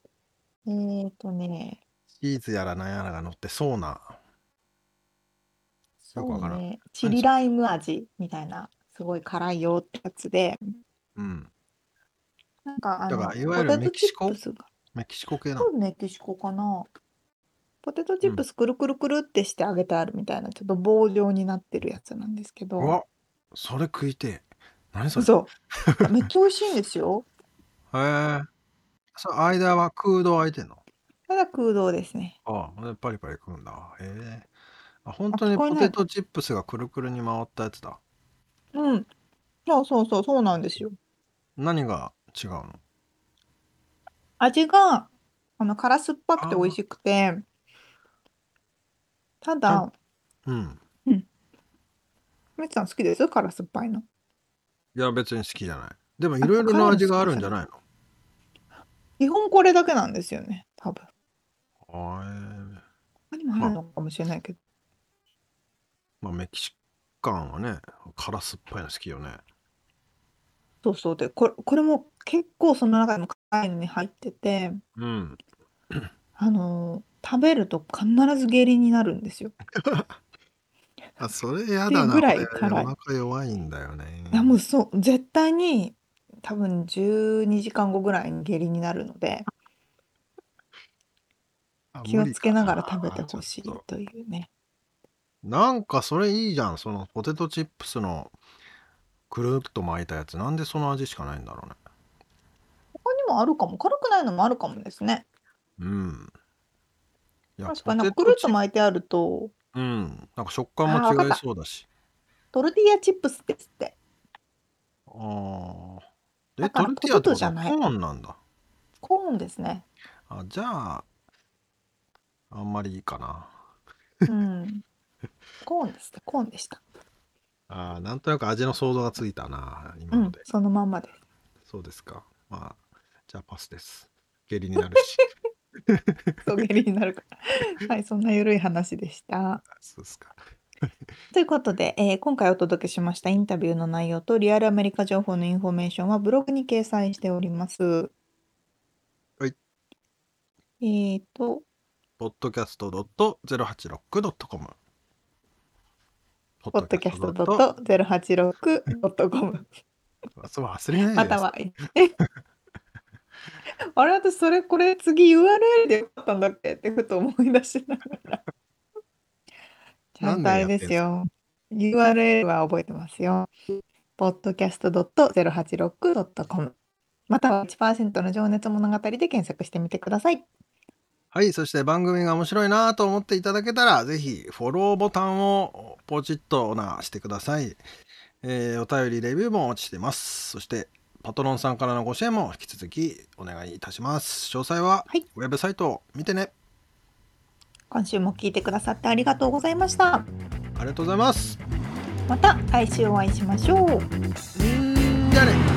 S1: ね、
S3: チーズやらなんやらが乗ってそうな、よくわからん。
S1: そうね、チ
S3: 何それ。
S1: リライム味みたいな、すごい辛いよってやつで、
S3: うん。
S1: なんか
S3: だからいわゆる
S1: ポテトチップスが、
S3: メキシコ系なの。
S1: メキシコかな。ポテトチ
S3: うん。
S1: ップスくるくるくるってして揚げてあるみたいな、ちょっと棒状になってるやつなんですけど、
S3: うわ、それ食いてえ。何それ。へ
S1: 嘘。めっちゃ美味しいんですよ。
S3: え。その間は空洞空いてんの？
S1: ただ空洞ですね。
S3: ああ、でパリパリ食うんだ。へえ。あ、本
S1: あ、
S3: 当に
S1: 聞こえないか。
S3: ポテトチップスがくるくるに回ったやつだ。
S1: うん。そうそうそう、そうなんですよ。
S3: 何が違うの？
S1: 味が、辛酸っぱくて美味
S3: あ
S1: しくて、た
S3: ちゃん、
S1: だ、
S3: うん。
S1: うん。みつさん好きです辛酸っぱいの。
S3: いや、別に好きじゃない。でもい
S1: あ、
S3: ろいろな
S1: 辛いの
S3: 味があ
S1: 好きじゃない。
S3: るんじゃないの？
S1: 基本これだけなんですよね、多分。
S3: あえ。
S1: 他にもあ
S3: まあ、
S1: るのかもしれないけど。
S3: メキシカンはね、辛酸っぱいの好きよね。
S1: そうそうで、これも結構その中でも辛いのに入ってて、
S3: うん。
S1: 食べると必ず下痢になるんですよ。っ
S3: あ、それやだな。
S1: ていうぐらい
S3: 俺、お
S1: 辛い。
S3: 腹弱いんだよ
S1: いや、も
S3: ね。
S1: うそう、絶対に多分12時間後ぐらいに下痢になるので、
S3: あ、
S1: 気をつけ
S3: 無理か
S1: ながら食べて
S3: な。ちょ
S1: ほ
S3: っと。
S1: しいというね。
S3: なんかそれいいじゃん。そのポテトチップスのくるっと巻いたやつ。なんでその味しかないんだろうね。
S1: 他にもあるかも。辛くないのもあるかもですね。
S3: うん。いや、
S1: 確か
S3: ポ
S1: になんかくるっと
S3: テトチップ、
S1: 巻いてあると、
S3: なんか食感も
S1: ああ、わか
S3: 違い
S1: った。
S3: そうだし。
S1: トルティーヤチップスですって。
S3: ああ。トル
S1: だからポテ
S3: ティーヤってこと
S1: トじゃない。
S3: はコーンなんだ。
S1: コーンですね。
S3: あ、じゃあ、あんまりいいかな。
S1: うん。コーンですね。コーンでした。
S3: ああ、なんとなく味の想像がついたな、
S1: うん。
S3: 今ので。
S1: そのまんまです。
S3: そうですか。まあ、じゃあパスです。下痢になるし。
S1: そう、下痢になるから。はい、そんなゆるい話でした。
S3: そうですか。
S1: ということで、今回お届けしましたインタビューの内容とリアルアメリカ情報のインフォメーションはブログに掲載しております。
S3: はい。
S1: と、
S3: podcast.086.com。
S1: ポッドキャスト
S3: podcast.
S1: .086.com
S3: そう忘れないでです。
S1: または、あれ、私、これ次 URL でよかったんだっけってふと思い出しながら。ちゃん
S3: 何年
S1: とあれ
S3: やってんすか？
S1: ですよ。URL は覚えてますよ。podcast.086.com または1%の情熱物語で検索してみてください。
S3: はい。そして番組が面白いなと思っていただけたら、ぜひフォローボタンをポチッと押してください。お便り、レビューもお待ちしています。そして、パトロンさんからのご支援も引き続きお願いいたします。詳細は
S1: はい。
S3: ウェブサイトを見てね。
S1: 今週も聞いてくださってありがとうございました。
S3: ありがとうございます。
S1: また来週お会いしましょう。
S3: じゃあね。